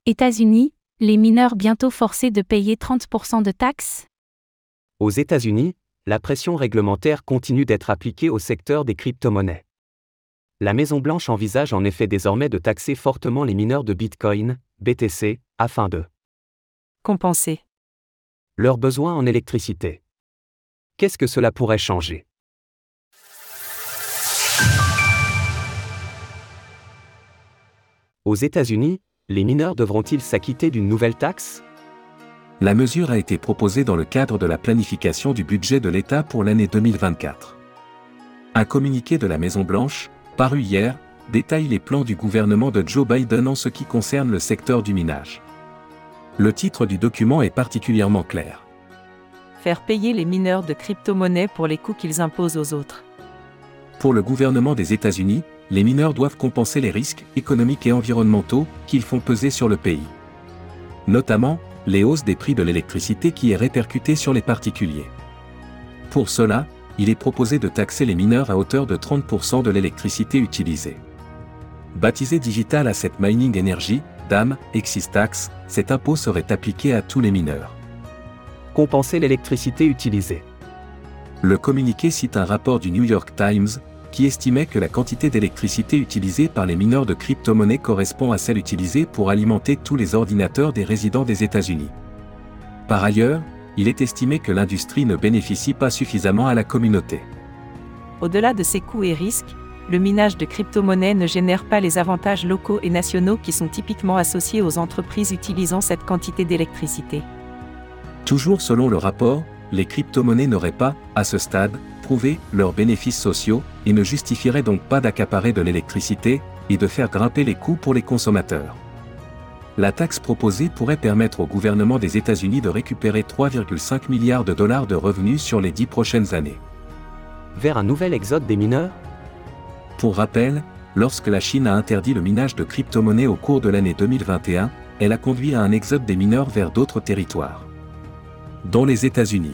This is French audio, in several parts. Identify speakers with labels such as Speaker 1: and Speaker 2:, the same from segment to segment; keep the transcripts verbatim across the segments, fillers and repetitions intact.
Speaker 1: États-Unis, les mineurs bientôt forcés de payer trente pour cent de taxes?
Speaker 2: Aux États-Unis, la pression réglementaire continue d'être appliquée au secteur des crypto-monnaies. La Maison-Blanche envisage en effet désormais de taxer fortement les mineurs de Bitcoin, B T C, afin de
Speaker 3: compenser
Speaker 2: leurs besoins en électricité. Qu'est-ce que cela pourrait changer? Aux États-Unis, les mineurs devront-ils s'acquitter d'une nouvelle taxe?
Speaker 4: La mesure a été proposée dans le cadre de la planification du budget de l'État pour l'année deux mille vingt-quatre. Un communiqué de la Maison-Blanche, paru hier, détaille les plans du gouvernement de Joe Biden en ce qui concerne le secteur du minage. Le titre du document est particulièrement clair.
Speaker 3: Faire payer les mineurs de crypto-monnaies pour les coûts qu'ils imposent aux autres.
Speaker 4: Pour le gouvernement des États-Unis, les mineurs doivent compenser les risques économiques et environnementaux qu'ils font peser sur le pays. Notamment, les hausses des prix de l'électricité qui est répercutée sur les particuliers. Pour cela, il est proposé de taxer les mineurs à hauteur de trente pour cent de l'électricité utilisée. Baptisé Digital Asset Mining Energy, D A M, Excise Tax, cet impôt serait appliqué à tous les mineurs.
Speaker 2: Compenser l'électricité utilisée.
Speaker 4: Le communiqué cite un rapport du New York Times, qui estimait que la quantité d'électricité utilisée par les mineurs de crypto-monnaies correspond à celle utilisée pour alimenter tous les ordinateurs des résidents des États-Unis. Par ailleurs, il est estimé que l'industrie ne bénéficie pas suffisamment à la communauté.
Speaker 3: Au-delà de ces coûts et risques, le minage de crypto-monnaies ne génère pas les avantages locaux et nationaux qui sont typiquement associés aux entreprises utilisant cette quantité d'électricité.
Speaker 4: Toujours selon le rapport, les crypto-monnaies n'auraient pas, à ce stade, prouvé leurs bénéfices sociaux, et ne justifieraient donc pas d'accaparer de l'électricité, et de faire grimper les coûts pour les consommateurs. La taxe proposée pourrait permettre au gouvernement des États-Unis de récupérer trois virgule cinq milliards de dollars de revenus sur les dix prochaines années.
Speaker 2: Vers un nouvel exode des mineurs?
Speaker 4: Pour rappel, lorsque la Chine a interdit le minage de crypto-monnaies au cours de l'année deux mille vingt et un, elle a conduit à un exode des mineurs vers d'autres territoires, dont les États-Unis.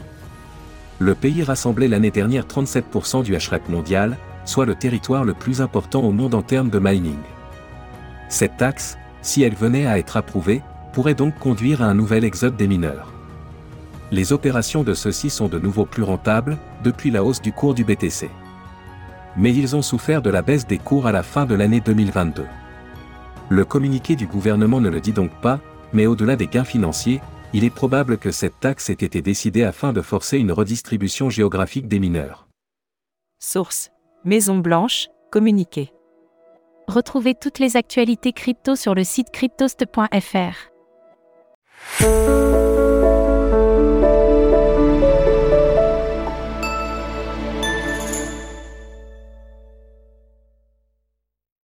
Speaker 4: Le pays rassemblait l'année dernière trente-sept pour cent du hash rate mondial, soit le territoire le plus important au monde en termes de mining. Cette taxe, si elle venait à être approuvée, pourrait donc conduire à un nouvel exode des mineurs. Les opérations de ceux-ci sont de nouveau plus rentables, depuis la hausse du cours du B T C. Mais ils ont souffert de la baisse des cours à la fin de l'année deux mille vingt-deux. Le communiqué du gouvernement ne le dit donc pas, mais au-delà des gains financiers, il est probable que cette taxe ait été décidée afin de forcer une redistribution géographique des mineurs.
Speaker 3: Source: Maison-Blanche, communiqué.
Speaker 1: Retrouvez toutes les actualités crypto sur le site cryptost point f r.